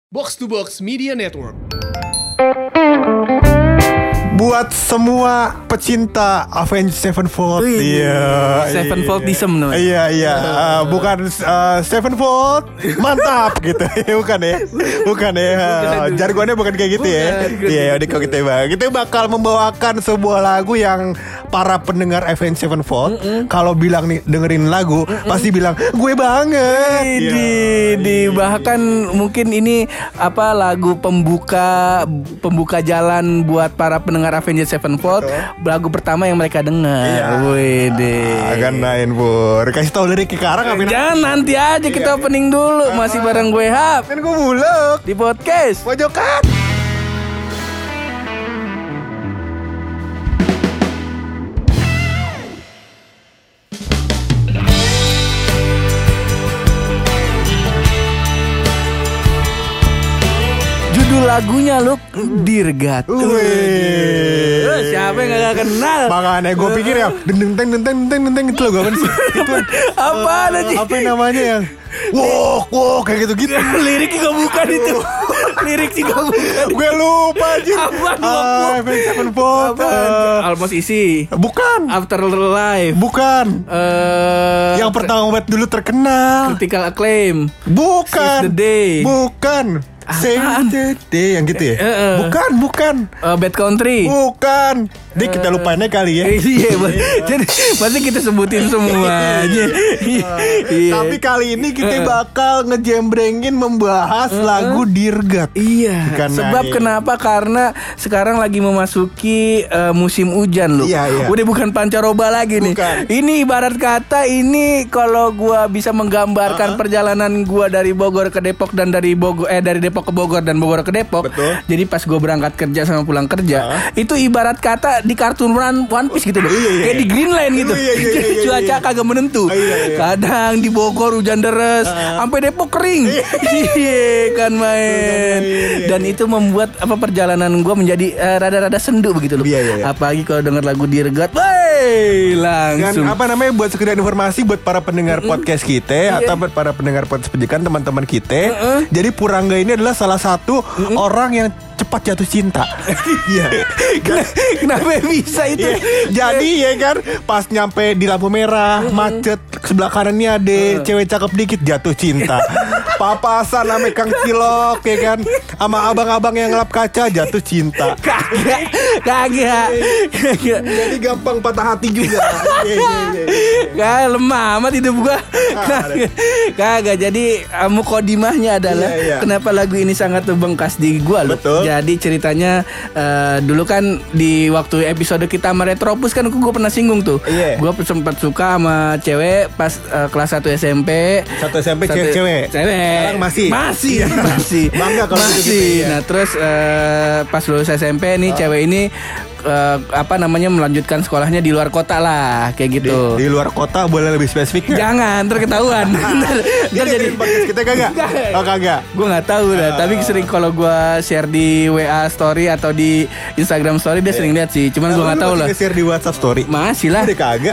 Box to Box Media Network. Buat semua pecinta Avenged Sevenfold, Sevenfoldism namanya. Iya, bukan Sevenfold, mantap gitu, bukan ya. Jargonnya bukan kayak gitu ya. Iya, udah kok kita bang. Kita bakal membawakan sebuah lagu yang para pendengar Avenged Sevenfold kalau bilang nih dengerin lagu pasti bilang gue banget. Bahkan mungkin ini apa lagu pembuka jalan buat para pendengar Avenged Sevenfold. Lagu pertama yang mereka dengar. Kenain Pur. Kasih tau lirik sekarang. Jangan nanti aja kita opening dulu. Masih bareng gue Hap dan gue Buluk di podcast Pojokan. Judul lagunya lu Dirgat. Siapa yang gak kenal? Makanya gue pikir ya deng itu loh kan sih. Itu Apaan aja? apa namanya yang wow kayak gitu. Lirik juga bukan itu. Lirik juga bukan. Gue lupa aja. Avenged Sevenfold. Almost Easy. Bukan. Afterlife. Bukan. Yang pertama buat dulu terkenal. Critical Acclaim. Bukan. Save the Day. Bukan. Save the Day yang gitu ya? Bukan. Bad Country. Bukan. Dia kita lupainnya kali ya. Iya, jadi pasti kita sebutin semuanya. Tapi kali ini kita bakal ngejembrengin membahas lagu Dirgat. Iya. Sebab kenapa? Karena sekarang lagi memasuki musim hujan loh. Iya. Udah bukan pancaroba lagi nih. Ini ibarat kata ini kalau gua bisa menggambarkan perjalanan gua dari Bogor ke Depok dan dari Depok ke Bogor dan Bogor ke Depok. Betul. Jadi pas gua berangkat kerja sama pulang kerja, itu ibarat kata di kartun One Piece gitu loh. Kayak di Green Line gitu. Cuaca kagak menentu. Kadang di Bogor hujan deres, sampai Depok kering. Iya kan main. Dan itu membuat perjalanan gua menjadi rada-rada sendu begitu loh. Apalagi kalau denger lagu Dirgat, langsung. Dan buat sekedar informasi buat para pendengar podcast kita atau buat para pendengar podcast pendidikan teman-teman kita. Jadi Purangga ini adalah salah satu orang yang cepat jatuh cinta. Iya. Kenapa bisa itu? Jadi ya kan pas nyampe di lampu merah macet, sebelah kanannya ada cewek cakep dikit jatuh cinta. Papasan sama Kang Cilok ya kan, sama abang-abang yang ngelap kaca jatuh cinta. Kagak. Jadi gampang patah hati juga. Gak lemah amat hidup gua. Kagak. Jadi mukodimahnya adalah kenapa lagu ini sangat membengkas di gua loh. Betul. Jadi ceritanya dulu kan di waktu episode kita sama Retropus kan gue pernah singgung tuh. Gue sempat suka sama cewek pas kelas 1 SMP. Satu SMP cewek. Sekarang masih. Bangga kalau gitu ya. Nah terus pas lulus SMP nih cewek ini melanjutkan sekolahnya di luar kota lah kayak gitu. Di luar kota boleh lebih spesifik gak? Jangan, ntar ketahuan. Ntar jadi kita kagak. Oh kagak. Gue nggak tahu dah. Tapi sering kalau gue share di WA story atau di Instagram story dia sering lihat sih. Cuman gue nggak tahu lah. Share di WhatsApp story. Masih lah. Udah kagak.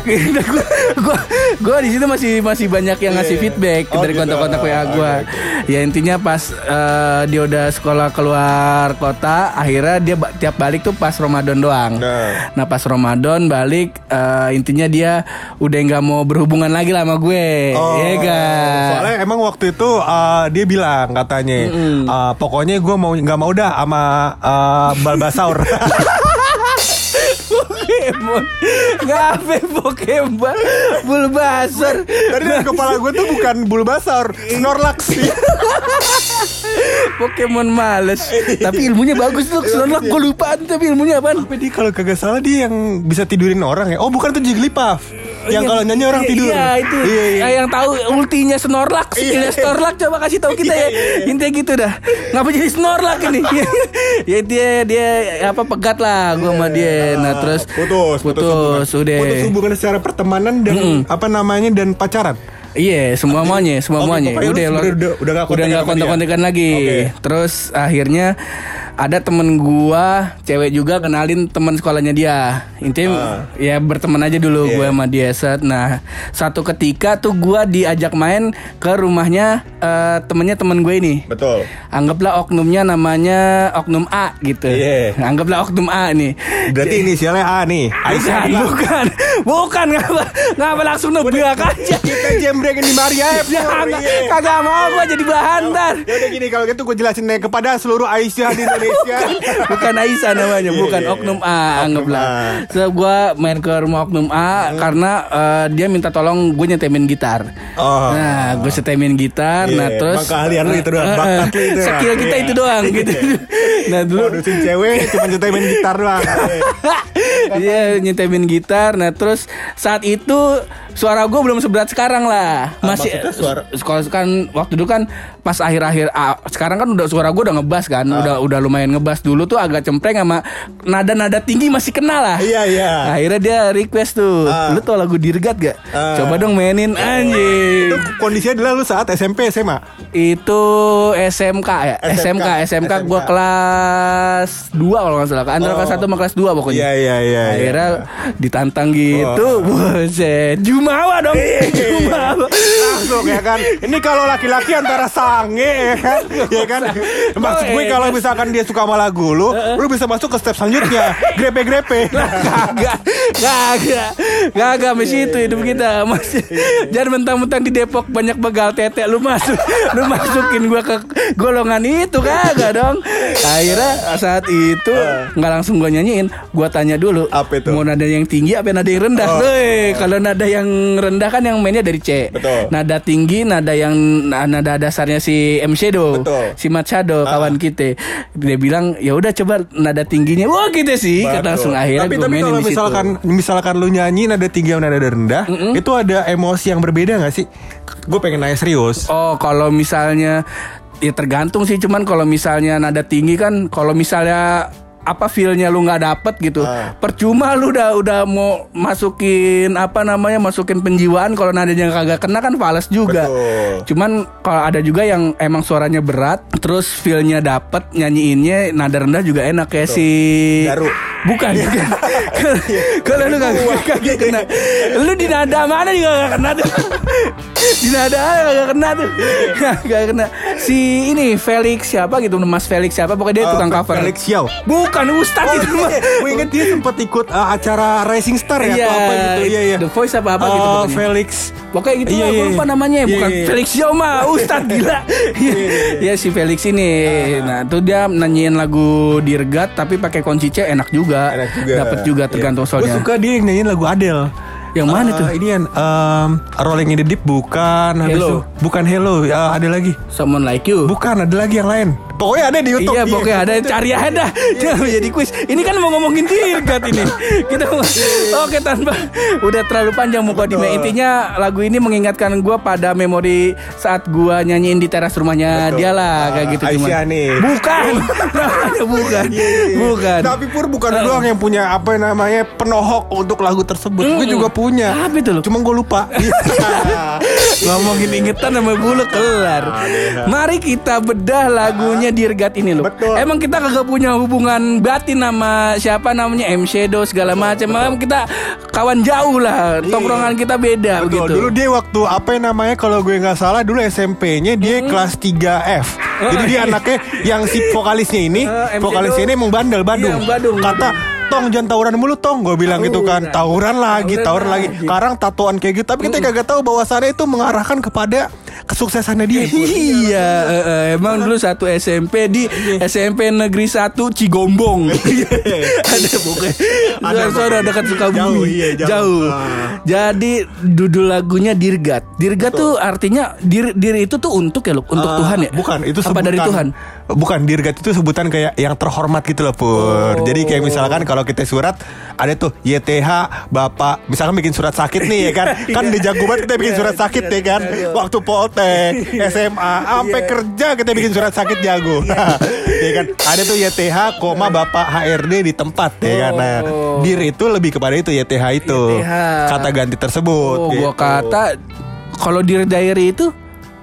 Gue di situ masih banyak yang ngasih feedback dari kontak-kontak WA gue. Ya intinya pas dia udah sekolah keluar kota, akhirnya dia tiap balik tuh pas Ramadan doang. Nah pas Ramadan balik intinya dia udah nggak mau berhubungan lagi lah sama gue. Iya kan? Soalnya emang waktu itu dia bilang katanya pokoknya gue nggak mau dah sama Bulbasaur. Pokemon. Ngapain Pokemon Bulbasaur? Tadi dari kepala gue tuh bukan Bulbasaur, Snorlax. Pokemon males. Tapi ilmunya bagus tuh. Snorlax gue lupaan tapi ilmunya apaan? Tapi dia kalau kagak salah dia yang bisa tidurin orang ya. Oh bukan tuh Jigglypuff. Yang kalau nyanyi orang tidur. Iya itu. Yang tahu ultinya Snorlax. Snorlax coba kasih tahu kita ya. Intinya gitu dah. Ngapa jadi Snorlax ini? Ya dia pegat lah gue sama dia. Nah terus putus udah. Putus hubungan secara pertemanan dan dan pacaran. Iya, semuanya. Udah enggak kontak-kontakan lagi. Terus akhirnya ada temen gua cewek juga kenalin teman sekolahnya dia. Intinya ya berteman aja dulu gua sama dia set. Nah, satu ketika tuh gua diajak main ke rumahnya temennya temen gue ini. Betul. Anggaplah oknumnya namanya oknum A gitu. Anggaplah oknum A nih. Berarti inisialnya A nih. Bukan ngapa langsung nebak aja. Kita jembrengin di Maria F. Kagak mau gua jadi bahan ntar. Ya udah gini, kalau gitu gue jelasin kepada seluruh Aisyah di Indonesia. Bukan Aisyah namanya, bukan oknum A, anggaplah. So gue main ke rumah oknum A karena dia minta tolong gue nyetemin gitar. Nah, gue setemin gitar. Nah terus keahlian lu itu doang, bakat lu itu. Skill kita itu doang gitu. Nah dulu modusin cewek cuma nyetemin gitar doang. Iya, nyetemin gitar. Nah terus saat itu suara gue belum seberat sekarang lah. Masih sekolah kan waktu itu kan pas akhir-akhir sekarang kan udah suara gue udah ngebas kan. Udah lumayan ngebas. Dulu tuh agak cempreng sama nada-nada tinggi masih kenal lah. Iya. Akhirnya dia request tuh, lu tau lagu Dirgat gak? Coba dong mainin anjing. Itu kondisinya adalah lu saat SMP SMA? Itu SMK ya. SMK gue kelas 2 kalau gak salah. Antara kelas 1 sama kelas 2 pokoknya. Iya. Akhirnya ditantang gitu. Buset, Jumawa dong. Jumawa langsung ya kan. Ini kalau laki-laki antara sange ya kan. Maksud gue kalau misalkan dia suka sama lagu lu bisa masuk ke step selanjutnya. Grepe-grepe. Kagak masih itu hidup kita. Masih jangan mentang-mentang di Depok banyak begal tete lu masukin gua ke golongan itu, kagak dong. Akhirnya saat itu nggak langsung gua nyanyiin, gua tanya dulu mau nada yang tinggi apa nada yang rendah. Kalau nada yang rendah kan yang mainnya dari C. Betul. Nada tinggi nada yang nada dasarnya si M Shadow, si Mat Shadow kawan kita. Dia bilang ya udah coba nada tingginya. Wah gitu sih. Langsung akhirnya Tapi kalau misalkan lu nyanyi nada tinggi sama nada rendah, itu ada emosi yang berbeda nggak sih? Gue pengen nanya serius. Oh, kalau misalnya ya tergantung sih. Cuman kalau misalnya nada tinggi kan, kalau misalnya apa feel-nya lu nggak dapet gitu, percuma lu udah mau masukin masukin penjiwaan, kalau nadanya kagak kena kan fals juga. Cuman kalau ada juga yang emang suaranya berat terus feel-nya dapet, nyanyiinnya nada rendah juga enak kayak si Garu. Bukan. Kalau lu kagak kena, lu di nada mana juga kagak kena tuh. Di nada kagak kena tuh. Kagak kena. Si ini Felix siapa gitu, Mas Felix siapa, pokoknya dia tukang cover. Felix Xiao. Bukan Ustadz itu mah. Gue inget dia sempat ikut acara Rising Star ya atau apa gitu. Iya. The Voice apa gitu pokoknya. Felix. Pokoknya gitu lah, gue lupa namanya. Bukan Felix Xiao mah, Ustadz gila. Ya si Felix ini. Nah, tuh dia nanyiin lagu Dirgat tapi pakai kunci C, enak juga. Dapat juga tergantung soalnya. Gue suka dia yang nyanyiin lagu Adele. Yang mana tuh? Ini yang Rolling in the Deep bukan. Habis itu bukan Hello, ada lagi. Someone Like You. Bukan, ada lagi yang lain. Pokoknya ada di YouTube. Iya, pokoknya ada, cari aja dah. Jadi kuis. Ini kan mau ngomongin Dirgat ini. Kita oke, tanpa udah terlalu panjang mukadimah. Intinya lagu ini mengingatkan gue pada memori saat gue nyanyiin di teras rumahnya dia lah, kayak gitu. Aisyah nih. Bukan. Bukan. Tapi Pur bukan doang yang punya penohok untuk lagu tersebut. Gue juga punya. Apa itu loh? Cuma gue lupa. Ngomongin ingetan sama bulu kelar. Mari kita bedah lagunya Dirgat ini loh. Betul. Emang kita kagak punya hubungan batin sama siapa namanya M Shadow segala macam. Kita kawan jauh lah. Tongkrongan kita beda. Betul. Begitu. Dulu dia waktu kalau gue nggak salah dulu SMP-nya dia kelas 3F. Jadi dia anaknya yang si vokalisnya ini, vokalisnya ini emang bandel Badung. Kata Tong jangan tawuran mulu Tong, gue bilang gitu kan. Tawuran lagi. Sekarang tatoan kayak gitu. Tapi kita kagak tahu bahwasannya itu mengarahkan kepada kesuksesannya dia. Iya, emang dulu satu SMP di SMP Negeri 1 Cigombong. Ada pokoknya. Ada dekat Sukabumi. Jauh. Jadi judul lagunya Dirgat. Dirgat tuh artinya dir itu tuh untuk ya, untuk Tuhan ya? Bukan, itu sebutan. Apa dari Tuhan? Bukan, Dirgat itu sebutan kayak yang terhormat gitu loh Pur. Jadi kayak misalkan kalau kita surat ada tuh YTH Bapak, misalkan bikin surat sakit nih ya kan. Kan di jago banget kita bikin surat sakit ya kan. Waktu Poltek, SMA, sampai kerja kita bikin surat sakit jago. Ya kan. Ada tuh YTH, Bapak HRD di tempat ya kan. Nah, Dir itu lebih kepada itu YTH itu. Kata ganti tersebut. Gua kata kalau Dir Diary itu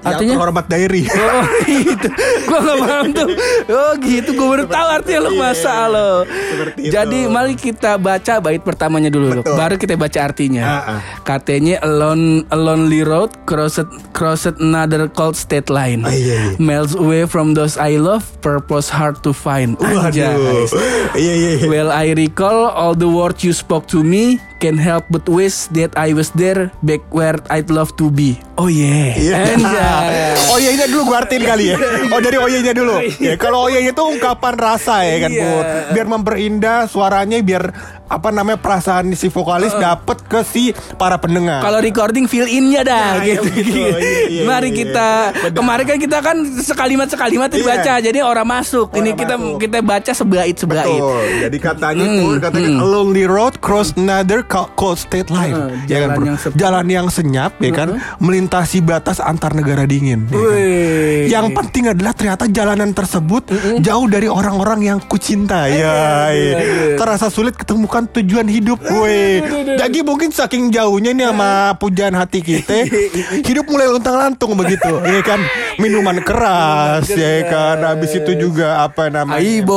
Artinya? Yang terhormat diary. Oh gitu. Gue gak paham tuh. Oh gitu. Gue baru tahu artinya lu masa lo. Seperti itu. Jadi mari kita baca bait pertamanya dulu. Betul. Baru kita baca artinya. Katanya a lonely road crossed another cold state line. Iya. Miles away from those I love, purpose hard to find. Anjay. Iya. Well, I recall all the words you spoke to me. Can't help but wish that I was there back where I'd love to be. Oh yeah. Anjay. Oh iya nya dulu gue artiin kali ya. Oh dari oh iya nya dulu. Ya, kalau oh iya itu ungkapan rasa ya kan Put. Biar memperindah suaranya, biar apa namanya perasaan si vokalis dapet ke si para pendengar. Kalau recording fill in-nya dah Nah, gitu. iya, Mari iya, kita benar. kemarin kan kita kan sekalimat dibaca. Jadi orang masuk. Ini kita baca sebait. Betul. Jadi katanya along the road cross another cold state line. Ya kan, jalan bro? yang sepi. Jalan yang senyap ya kan, melintasi batas antar negara dingin. Ya kan? Yang penting adalah ternyata jalanan tersebut jauh dari orang-orang yang kucinta. Ya, terasa sulit ketemukan tujuan hidup. Jadi mungkin saking jauhnya nih sama pujaan hati kita, hidup mulai luntang-lantung begitu. Ya kan, minuman keras ya kan. Habis itu juga apa namanya?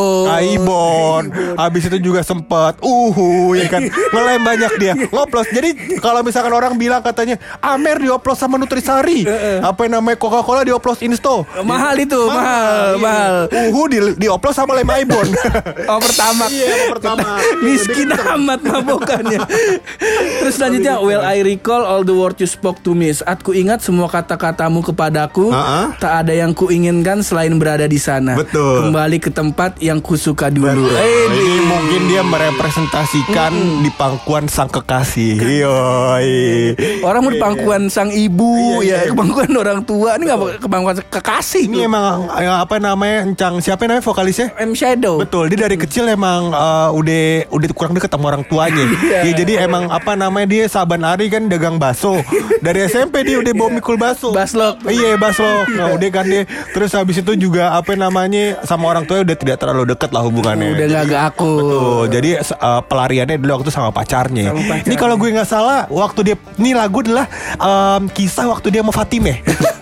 Aibon. Habis itu juga sempat ya kan, ngelem banyak dia, ngoplos. Jadi kalau misalkan orang bilang katanya Amer dioplos sama Nutrisari, apa namanya Coca-Cola dioplos Insto, Mahal itu, mahal. dioplos sama lem Aibon. Oh pertama. Pertama. Miskin amat mabokannya. Terus selanjutnya, well I recall all the words you spoke to me. Saat ku ingat semua kata-katamu kepadaku, tak ada yang kuinginkan selain berada di sana. Betul. Kembali ke tempat yang kusuka dulu. Ini mungkin dia merepresentasikan di pangkuan sang kekasih. Orang mau di pangkuan sang ibu, ya kepangkuan orang tua. Ini nggak kepangkuan kekasih. Ini emang apa namanya, siapa namanya vokalisnya? M Shadow. Betul, dia dari kecil emang udah kurang deket sama orang tuanya. Ya, jadi emang apa namanya, dia saban hari kan dagang bakso. Dari SMP dia udah bawa mikul bakso. Baslok. Iya, baslok. Nah, udah kan dia. Terus habis itu juga apa namanya, sama orang tuanya udah tidak terlalu dekat lah hubungannya. Udah gak aku. Betul. Jadi pelariannya dulu waktu sama pacarnya. Ini kalau gue nggak salah, waktu dia, ini lagu adalah kisah waktu dia sama Fatime.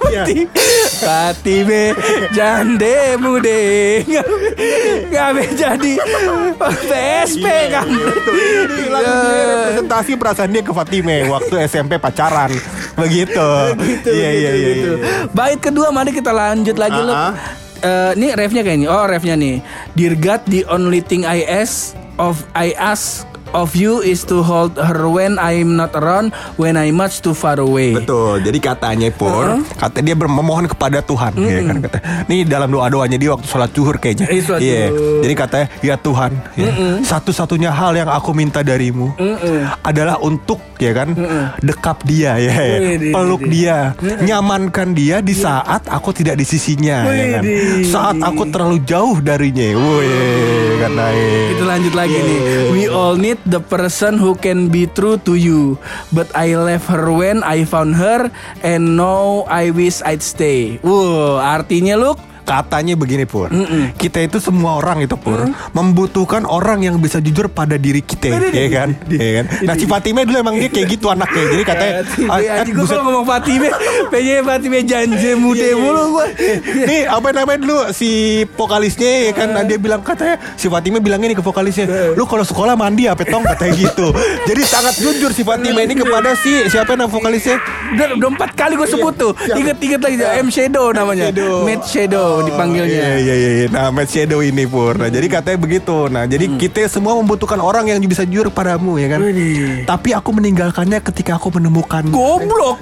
Fatime jande mude gawe jadi PSP kan. Ini lagu dia representasi perasaan dia ke Fatime waktu SMP pacaran. Begitu. Iya. Bait kedua, mari kita lanjut lagi loh. Ini refnya kayaknya. Oh, refnya nih. Dear God, the only thing I ask of you is to hold her when I'm not around, when I'm much too far away. Betul. Jadi katanya pun, kata dia memohon kepada Tuhan, ya kan, kata. Ini dalam doanya dia waktu sholat zuhur kayaknya. Iya. Jadi katanya, ya Tuhan, satu-satunya hal yang aku minta darimu adalah untuk, ya kan, dekap dia, ya, peluk dia, nyamankan dia di saat aku tidak di sisinya, ya kan. Saat aku terlalu jauh darinya. Kita lanjut lagi nih. We all need the person who can be true to you, but I left her when I found her, and now I wish I'd stay. Artinya Luk, katanya begini Pur, kita itu semua orang itu Pur membutuhkan orang yang bisa jujur pada diri kita, ya kan? Nah si Fatime dulu emang dia kayak gitu anaknya. Jadi katanya, gue kalau ngomong Fatime janji mude mulu gue. Nih apa namanya dulu si vokalisnya, ya kan? Nah, dia bilang, katanya si Fatime bilangnya nih ke vokalisnya, lu kalau sekolah mandi apa tong, katanya gitu. Jadi sangat jujur si Fatime ini kepada siapa nama vokalisnya. Udah 4 kali gue sebut tuh. Ingat lagi M Shadow namanya. Matt Shadow dipanggilnya. Iya. Nah, Matt Shadow ini Pur. Nah, jadi katanya begitu. Nah, jadi kita semua membutuhkan orang yang bisa jujur padamu, ya kan? Tapi aku meninggalkannya ketika aku menemukan. Goblok.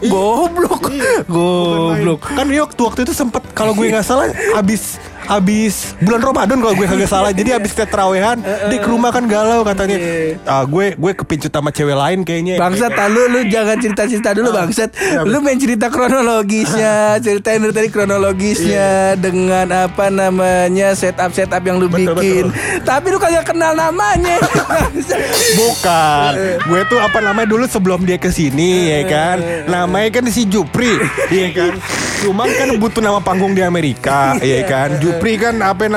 Kan dia waktu itu sempet, kalau gue nggak salah, habis bulan Ramadan kalau gue kagak salah. Jadi habis terawehan dia ke rumah kan galau katanya. Gue kepincut sama cewek lain kayaknya. Bangsat, lu jangan cerita dulu bangsat. Lu main cerita kronologisnya, ceritain dari tadi kronologisnya dengan apa namanya setup yang lu bikin. Tapi lu kagak kenal namanya. Bukan. Gue tuh apa namanya dulu sebelum dia kesini, ya kan. Namanya kan si Jupri, iya kan. Cuman kan butuh nama panggung di Amerika, ya kan. Jupri kan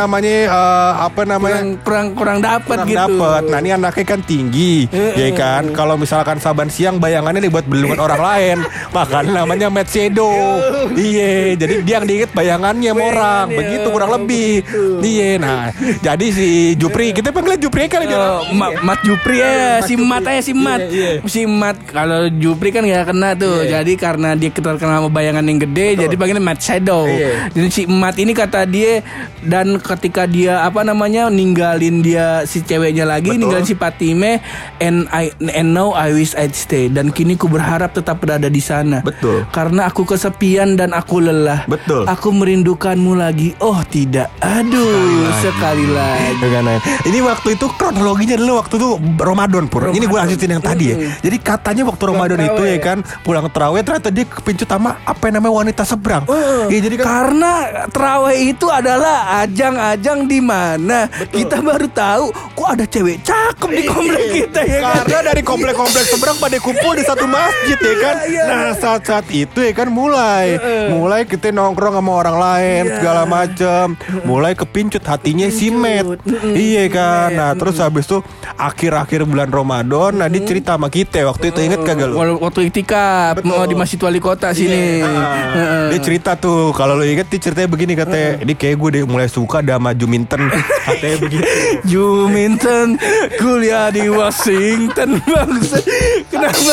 kurang dapat gitu. Dapet. Nah ini anaknya kan tinggi, ya kan. Kalau misalkan Saban Siang bayangannya dibuat belungan orang lain, makanya namanya Matt Shadow. Iya, jadi dia yang diinget bayangannya sama orang, begitu kurang lebih. Iya, nah jadi si Jupri, kita panggil Jupri kali dia. Mat Jupri ya, si Mat. Kalau Jupri kan nggak kena tuh, jadi karena dia terkenal sama bayangan yang gede, jadi panggilnya Matt Shadow. Jadi si Mat ini kata dia, dan ketika dia ninggalin dia si ceweknya lagi, ninggalin si Fatime, and now I wish I'd stay, dan kini ku berharap tetap berada di sana. Betul. Karena aku kesepian dan aku lelah. Betul. Aku merindukanmu lagi. Oh tidak, aduh sekali lagi. Ini waktu itu kronologinya dulu waktu itu Ramadan pur. Ini gue lanjutin yang tadi ya. Jadi katanya waktu Ramadan itu ya kan pulang terawih ternyata dia kepincut sama wanita seberang. Ya, jadi kan karena terawih itu adalah ajang-ajang di mana kita baru tahu kok ada cewek cakep di komplek kita ya kan. Karena dari komplek-komplek seberang pada kumpul di satu masjid ya kan. Nah saat itu ya kan mulai kita nongkrong sama orang lain segala macam. Mulai kepincut hatinya si Matt. Iya kan. Nah terus habis itu akhir-akhir bulan Ramadan, nah dia cerita sama kita waktu itu, inget kagak lu? Waktu iktikaf di Masjid Wali Kota sini. Dia cerita tuh, kalau lu inget dia ceritanya begini katanya, ini kayak gue mulai suka sama Juminten. Katanya begitu. Juminten kuliah di Washington bangsa. Kenapa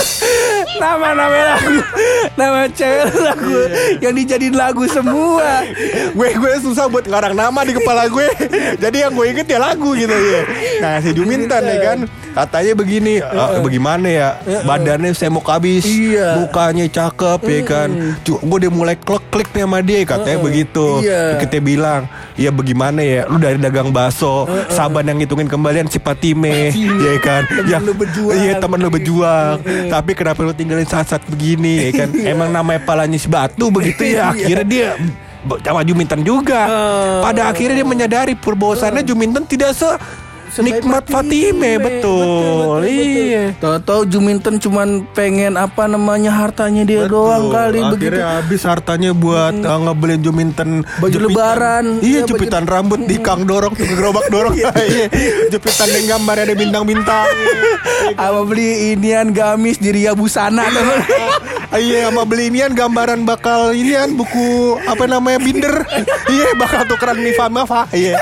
nama cewek lagu yang dijadiin lagu semua. Gue susah buat ngarang nama di kepala gue. Jadi yang gue inget ya lagu gitu ya. Nah si Juminten ya kan katanya begini, bagaimana ya, badannya semok habis, mukanya cakep ya kan. Gue udah mulai klik nih sama dia katanya begitu. Kita bilang, ya bagaimana ya, lu dari dagang bakso, Saban yang ngitungin kembalian si Fatime, ya kan. Iya teman lu berjuang. Tapi kenapa lu tinggalin saat-saat begini ya kan. Emang namanya palanya si batu begitu ya. Akhirnya dia sama Juminten juga. Pada akhirnya dia menyadari bahwasannya Juminten tidak nikmat Fatime, betul. Iya. Tahu Juminten cuman pengen hartanya dia doang kali begitu. Akhirnya habis hartanya buat ngebeliin Juminten baju lebaran. Iya, jepitan rambut di kang dorong, tuh gerobak dorong. Iya. Jepitan yang gambar ada bintang-bintang. Sama beli inian gamis di Ria Busana teman. Iya, sama beli inian gambaran bakal inian buku binder. Iya, bakal tukeran Mafa. Iya.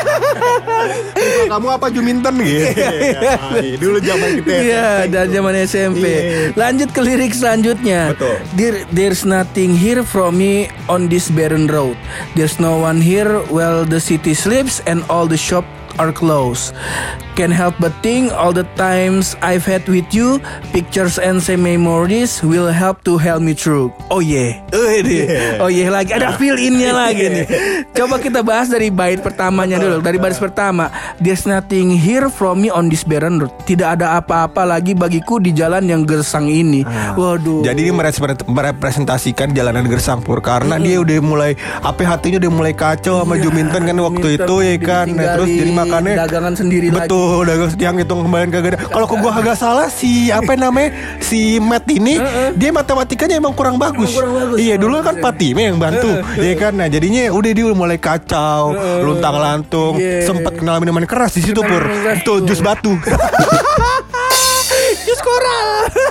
Kamu apa Juminten? Gitu. Dulu zaman kita. Iya, dari zaman SMP. Lanjut ke lirik selanjutnya. Betul. There's nothing here from me on this barren road. There's no one here while the city sleeps and all the shop are closed. Can't help but think all the times I've had with you, pictures and some memories will help to help me through. Oh yeah. Oh yeah lagi ada fill in-nya lagi nih. Coba kita bahas dari bait pertamanya dulu, dari baris pertama. There's nothing here from me on this barren road. Tidak ada apa-apa lagi bagiku di jalan yang gersang ini. Waduh. Jadi ini merepresentasikan jalanan gersang pur, karena dia udah mulai hatinya udah mulai kacau sama Juminten kan waktu itu ya kan. Nah, terus jadi makannya dagangan sendiri lagi. Betul, dagang yang hitung kembalian kagak ada. Kalau gua agak salah si Matt ini dia matematikanya emang kurang bagus. Iya, dulu kan Fatime yang bantu. Iya kan. Nah, jadinya udah dia mulai kacau, luntang-lantung, sempat kenal minuman keras di situ pur. Tuh jus batu. Jus koral.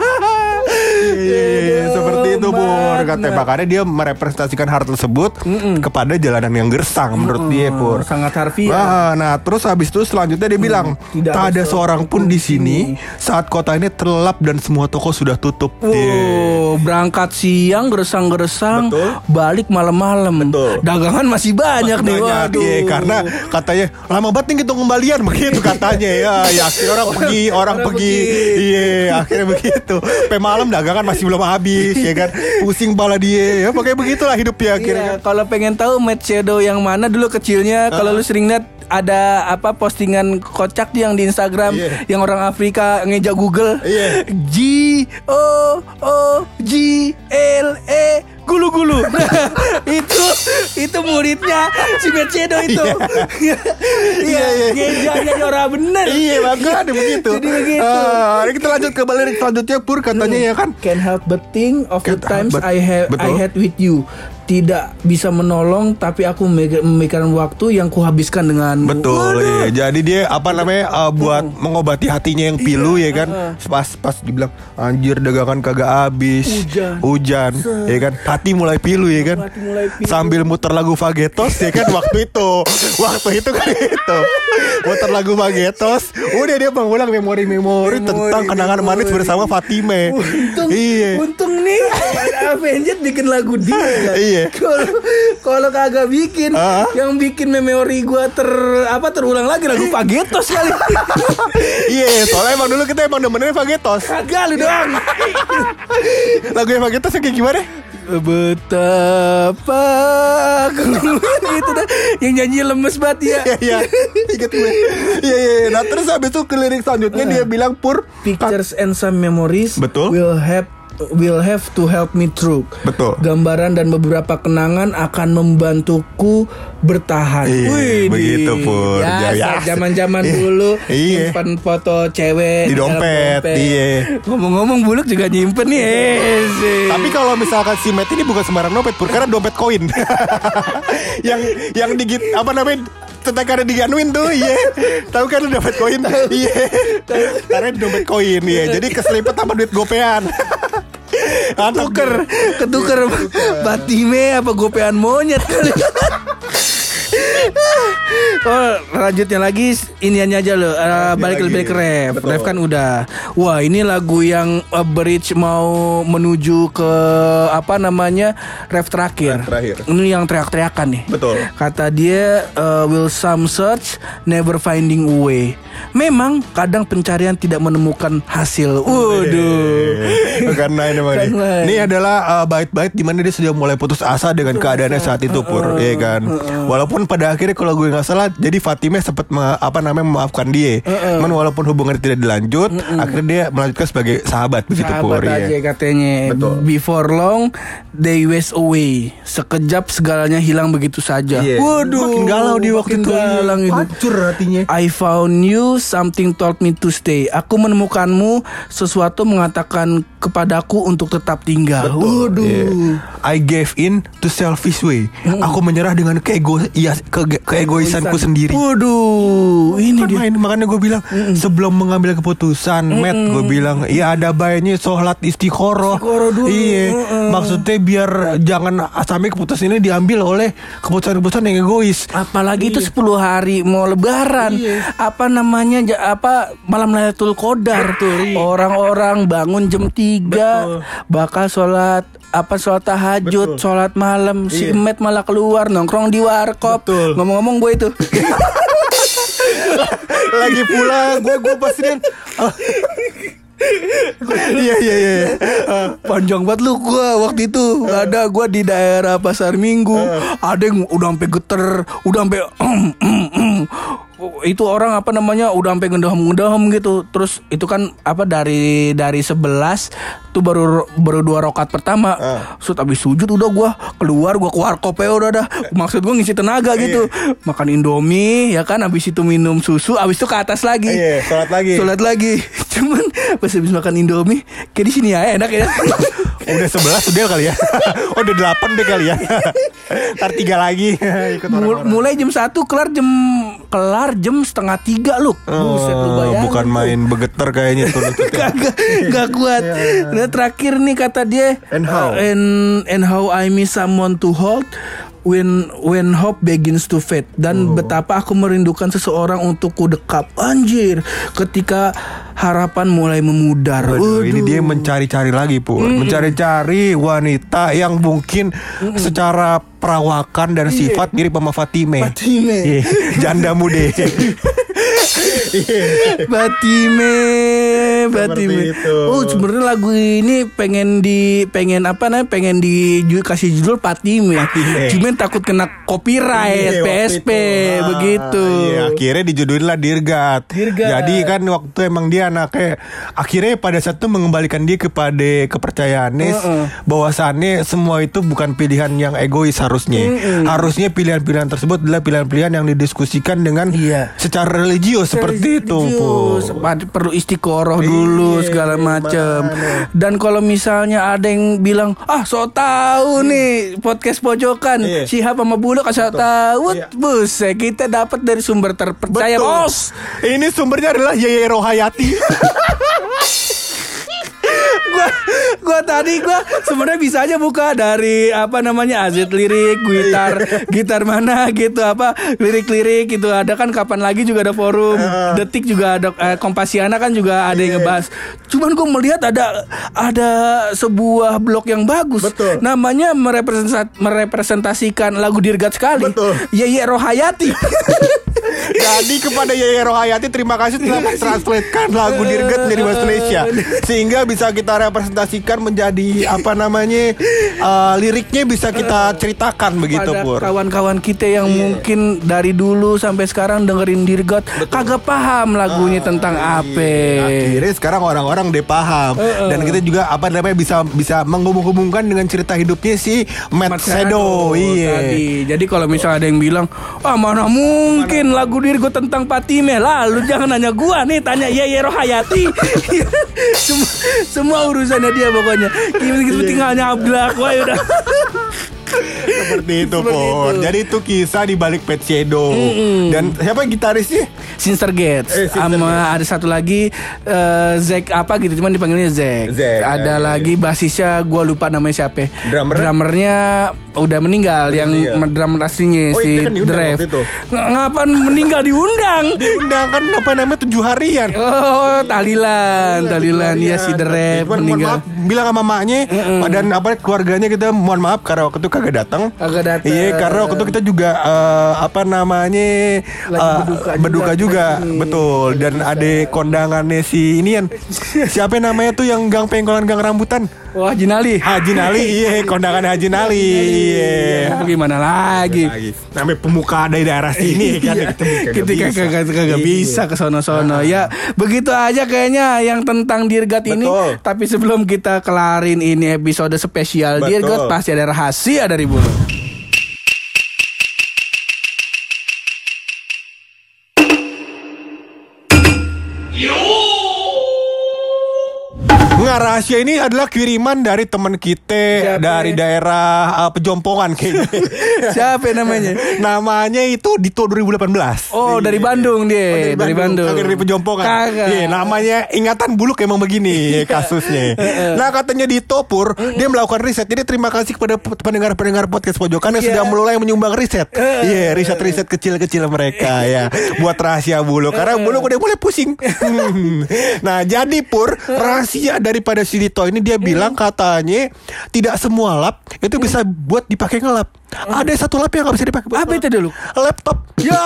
Seperti itu pur. Katanya makanya dia merepresentasikan hal tersebut kepada jalanan yang gersang menurut dia pur. Sangat harfiah. Nah terus habis itu selanjutnya dia bilang tak ada seorang pun di sini saat kota ini terlelap dan semua toko sudah tutup. Berangkat siang gersang-gersang, balik malam-malam. Dagangan masih banyak nih. Waduh. Iya, karena katanya lama banget nih kita kembalian begitu katanya ya akhirnya orang pergi. Iya, akhirnya begitu. Sampai malam dagangan masih belum habis ya kan. Pusing pala dia. Ya pokoknya begitulah hidup dia akhirnya. Kalau pengen tahu Matt Shadow yang mana dulu kecilnya, kalau lu sering lihat ada postingan kocak yang di Instagram yang orang Afrika ngejak Google GOOGLE gulu-gulu. itu muridnya si Matt Shadow itu. Ngejak orang bener. Iya, makanya begitu. Jadi begitu. Kita lanjut ke lirik selanjutnya pur katanya ya kan. Can't help but think of the times I had with you. tidak bisa menolong, tapi aku memikirkan waktu yang kuhabiskan denganmu. Betul, iya. Jadi dia buat mengobati hatinya yang pilu ya kan. Pas dibilang anjir dagangan kagak habis. Hujan, ya kan. Hati mulai pilu ya kan. Sambil muter lagu Fagetos ya kan waktu itu kan itu. Muter lagu Fagetos. Udah dia mengulang memori tentang kenangan manis bersama Fatime. Untung nih Avenged bikin lagu dia. Iya. Kalau kagak bikin, yang bikin memori gua terulang lagi lagu Fagetos kali. Iya, soalnya emang dulu kita demenin Fagetos. Kagak lu doang. Lagu Fagetos yang kayak gimana? Betapa gitu dah. Yang nyanyi lemes banget ya. Iya. Ingat gue. Iya. Nah terus habis itu ke lirik selanjutnya dia bilang pictures and some memories. Betul. Will have to help me through. Betul. Gambaran dan beberapa kenangan akan membantuku bertahan. Wih, begitu Pur. Ya, zaman-zaman dulu nyimpen foto cewek di dompet. Iya. Ngomong-ngomong Buluk juga nyimpen nih. Tapi kalau misalkan si Matt ini bukan sembarang dompet Pur, karena dompet koin. yang digit tetekan diganuin tuh, iya. Tahu kan lu dompet koin? Iya. Karena dompet koin, iya. Jadi keselipet sama duit gopean. Ketuker Batime apa gopean monyet kali. Lanjutnya lagi iniannya aja loh. Balik ke rap. Rap kan udah. Wah, ini lagu yang bridge mau menuju ke rap terakhir. Ini yang teriak-teriakan nih. Betul. Kata dia will some search never finding a way. Memang kadang pencarian tidak menemukan hasil. Waduh. Karena ini adalah bait-bait di mana dia sudah mulai putus asa dengan keadaannya saat itu Pur, ya kan. Walaupun pada akhirnya kalau gue nggak salah, jadi Fatime sempat memaafkan dia. Cuman walaupun hubungannya tidak dilanjut, akhirnya dia melanjutkan sebagai sahabat begitu Pur. Sahabat aja katanya. Betul. Before long they waste away. Sekejap segalanya hilang begitu saja. Waduh, makin galau di waktu itu. Hancur hatinya. I found you, something told me to stay. Aku menemukanmu, sesuatu mengatakan kepadaku untuk tetap tinggal. Waduh. I gave in to selfish way. Aku menyerah dengan keegoisanku sendiri. Waduh, ini dia. Makanya gue bilang sebelum mengambil keputusan, Matt, gue bilang ya ada baiknya sholat istiqoroh. Iya, maksudnya biar jangan sampai keputusan ini diambil oleh keputusan-keputusan yang egois. Apalagi itu 10 hari mau lebaran. Malam Lailatul Qadar tuh. Orang-orang bangun jam 3 bakal sholat tahajud, sholat malam. Si Matt malah keluar nongkrong di warkop. Ngomong-ngomong gue itu lagi pula gue pastiin. Iya. Panjang banget lu gua waktu itu. Ada gua di daerah Pasar Minggu. Ada yang udah sampai geter, udah sampai itu orang udah sampai ngedaham gitu. Terus itu kan dari 11 tuh baru 2 rakaat pertama. Habis sujud udah gua keluar, gua ke warkop ya udah dah. Maksud gua ngisi tenaga gitu. Makan Indomie ya kan, habis itu minum susu, habis itu ke atas lagi. Sholat lagi. Cuman pas habis makan Indomie kayak di sini ya enak ya. Udah 11 udah kali ya. Udah 8 deh kali ya. Ntar 3 lagi. Mulai jam 1 kelar jam setengah 3 lu. Buset lu bayangin. Bukan main begeter kayaknya tuh. Gak kuat. Nah terakhir nih kata dia and how I miss someone to hold when hope begins to fade. Dan betapa aku merindukan seseorang untuk ku dekap. Anjir, ketika harapan mulai memudar. Ini dia mencari-cari lagi Pur. Mencari-cari wanita yang mungkin secara perawakan dan sifat mirip sama Fatime. Janda muda. Batime. Sebenarnya lagu ini pengen dikasih judul Fatime. Cuman takut kena copyright PSP begitu. Akhirnya dijudulin lah Dirgat. Jadi kan waktu emang dia anaknya, akhirnya pada saat itu mengembalikan dia kepada kepercayaannya bahwasannya semua itu bukan pilihan yang egois harusnya. Harusnya pilihan-pilihan tersebut adalah pilihan-pilihan yang didiskusikan dengan secara religius seperti Seperti itu, Pur. Perlu istiqoroh dulu segala macem. Dan kalau misalnya ada yang bilang, sok tahu nih podcast pojokan, Syihab sama Buluk sok tahu, buset, kita dapat dari sumber terpercaya, bos. Ini sumbernya adalah Yeye Rohayati. Gua tadi sebenarnya bisa aja buka dari AZ lirik, gitar mana gitu, lirik-lirik gitu. Ada kan Kapan Lagi juga ada forum, Detik juga ada, Kompasiana kan juga ada yang ngebahas. Cuman gue melihat ada sebuah blog yang bagus. Betul. Namanya merepresentasikan lagu Dirgat sekali. Betul. Yeye Rohayati. Jadi kepada Yeye Rohayati terima kasih telah mentranslatekan lagu Dirgat menjadi bahasa Indonesia, sehingga bisa kita representasikan menjadi liriknya bisa kita ceritakan begitu, Pur. Kawan-kawan kita yang mungkin dari dulu sampai sekarang dengerin Dirgat kagak paham lagunya tentang apa. Akhirnya sekarang orang-orang udah paham. Dan kita juga bisa menghubung-hubungkan dengan cerita hidupnya si Matt Shadow. Tadi. Jadi kalau misalnya ada yang bilang, mana mungkin lagu Dirgat tentang Patime, lalu jangan nanya gua nih, tanya Yeye Rohayati. Semua urusannya dia pokoknya. Kita tinggal nyablak, wah udah. Seperti itu, Pur. Jadi itu kisah di balik Pet Shadow. Dan siapa gitarisnya? Sister Gates. Sama ada satu lagi Zack gitu, cuman dipanggilnya Zack. Ada lagi basisnya gue lupa namanya siapa. Drummernya udah meninggal, yang drummer aslinya si kan Drive. Ngapain meninggal diundang? Diundang kan 7 harian. Oh, tahlilan ya si Drive meninggal. Maaf, bilang sama mamanya dan keluarganya, kita mohon maaf karena waktu itu kagak datang. Iya, karena waktu itu kita juga berduka juga. Betul. Dan ada kondangannya si inian. Siapa namanya tuh yang gang pengkolan gang rambutan? Wah, Haji Nali. Iya, kondangan Haji Nali. Iya. Gimana lagi? Namanya pemuka dari daerah sini kan. Kita kagak bisa ke sono-sono. Ya, begitu aja kayaknya yang tentang Dirgat ini. Tapi sebelum kita kelarin ini episode spesial Dirgat, pasti ada rahasia dari Bulu. Rahasia ini adalah kiriman dari teman kita dari daerah Pejompongan kayaknya. Siapa namanya? Namanya itu Dito 2018. Oh, dari Bandung dia. Dari Bandung. Kagak dari Pejompongan. Iya, namanya ingatan Buluk emang begini kasusnya. Nah, katanya Dito, Pur, dia melakukan riset. Jadi terima kasih kepada pendengar-pendengar podcast Pojokan yang sudah mulai menyumbang riset. Iya, riset-riset kecil-kecil mereka ya buat rahasia Buluk, karena Buluk udah mulai pusing. Nah, jadi Pur, rahasia daripada si Dito ini, dia bilang katanya tidak semua lap itu bisa buat dipakai ngelap. Ada satu lap yang gak bisa dipakai. Apa itu dulu? Laptop. Ya,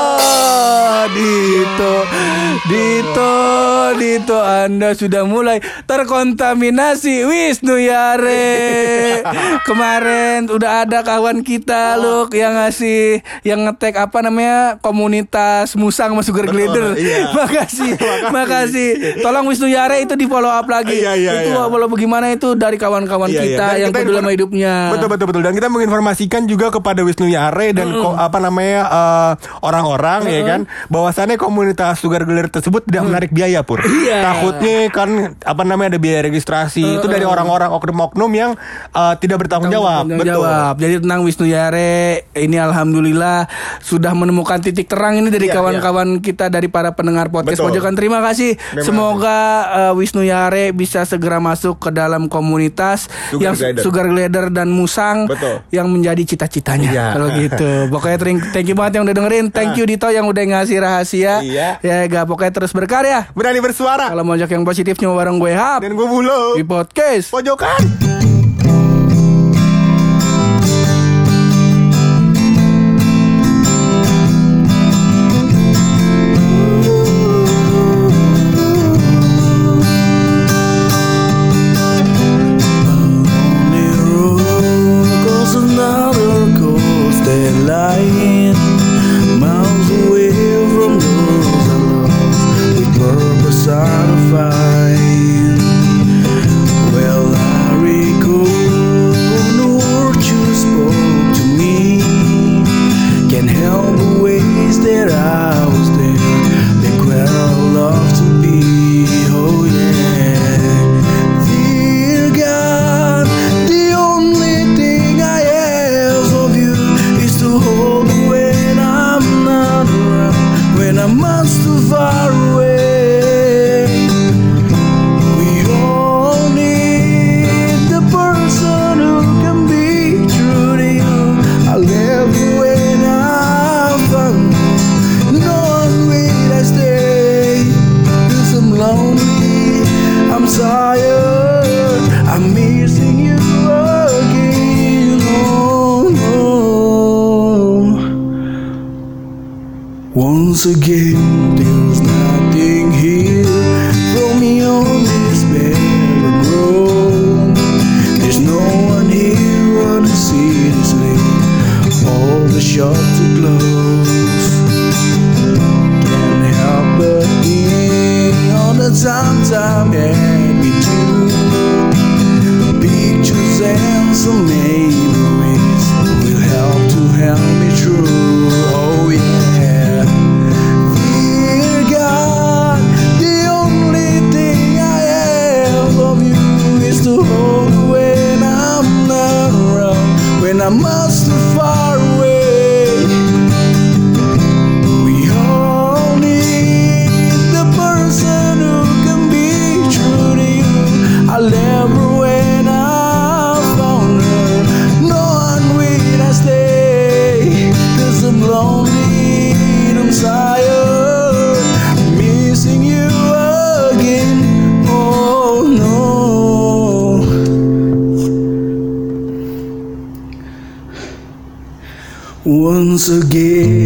Dito, Anda sudah mulai terkontaminasi Wisnu Yare. Kemarin udah ada kawan kita Luk yang nge-tag komunitas Musang sama Sugar Glider. Makasih. Tolong Wisnu Yare itu di follow up lagi. Itu follow bagaimana itu dari kawan-kawan kita yang peduli sama hidupnya. Betul. Dan kita menginformasikan juga kepada Wisnu Yare dan orang-orang ya kan, bahwasannya komunitas Sugar Glider tersebut tidak menarik biaya, Pur. Takutnya kan ada biaya registrasi itu dari orang-orang oknum-oknum yang tidak bertanggung jawab. Betul. Jadi tenang Wisnu Yare, ini alhamdulillah sudah menemukan titik terang ini dari kawan-kawan kita, dari para pendengar podcast Pojokan. Terima kasih. Semoga Wisnu Yare bisa segera masuk ke dalam komunitas Sugar Glider dan Musang yang menjadi cita-citanya. Kalau gitu. Pokoknya thank you banget yang udah dengerin. Thank you Dito yang udah ngasih rahasia. Ya pokoknya terus berkarya, berani bersuara. Kalau mojok yang positif cuma bareng gue Hap dan gue Bulu di podcast Pojokan. Well, I far away. We all need the person who can be true to you. I left when I found no one will I stay. 'Cause I'm lonely, I'm tired, I'm missing you again. Oh no. Once again, there's nothing here. Throw me on this barren road. There's no one here on the city's lane. All the shops are closed. Can't help but think on the times I've had with you. Pictures and some memories will help to help me through. Oh yeah. Dear God, the only thing I have of you is to hold you when I'm not around, when I must be far away. We all need the person who can be true to you. I left her when I found her. No one will I stay. 'Cause I'm lonely, I'm tired, missing you again. Oh no. Once again.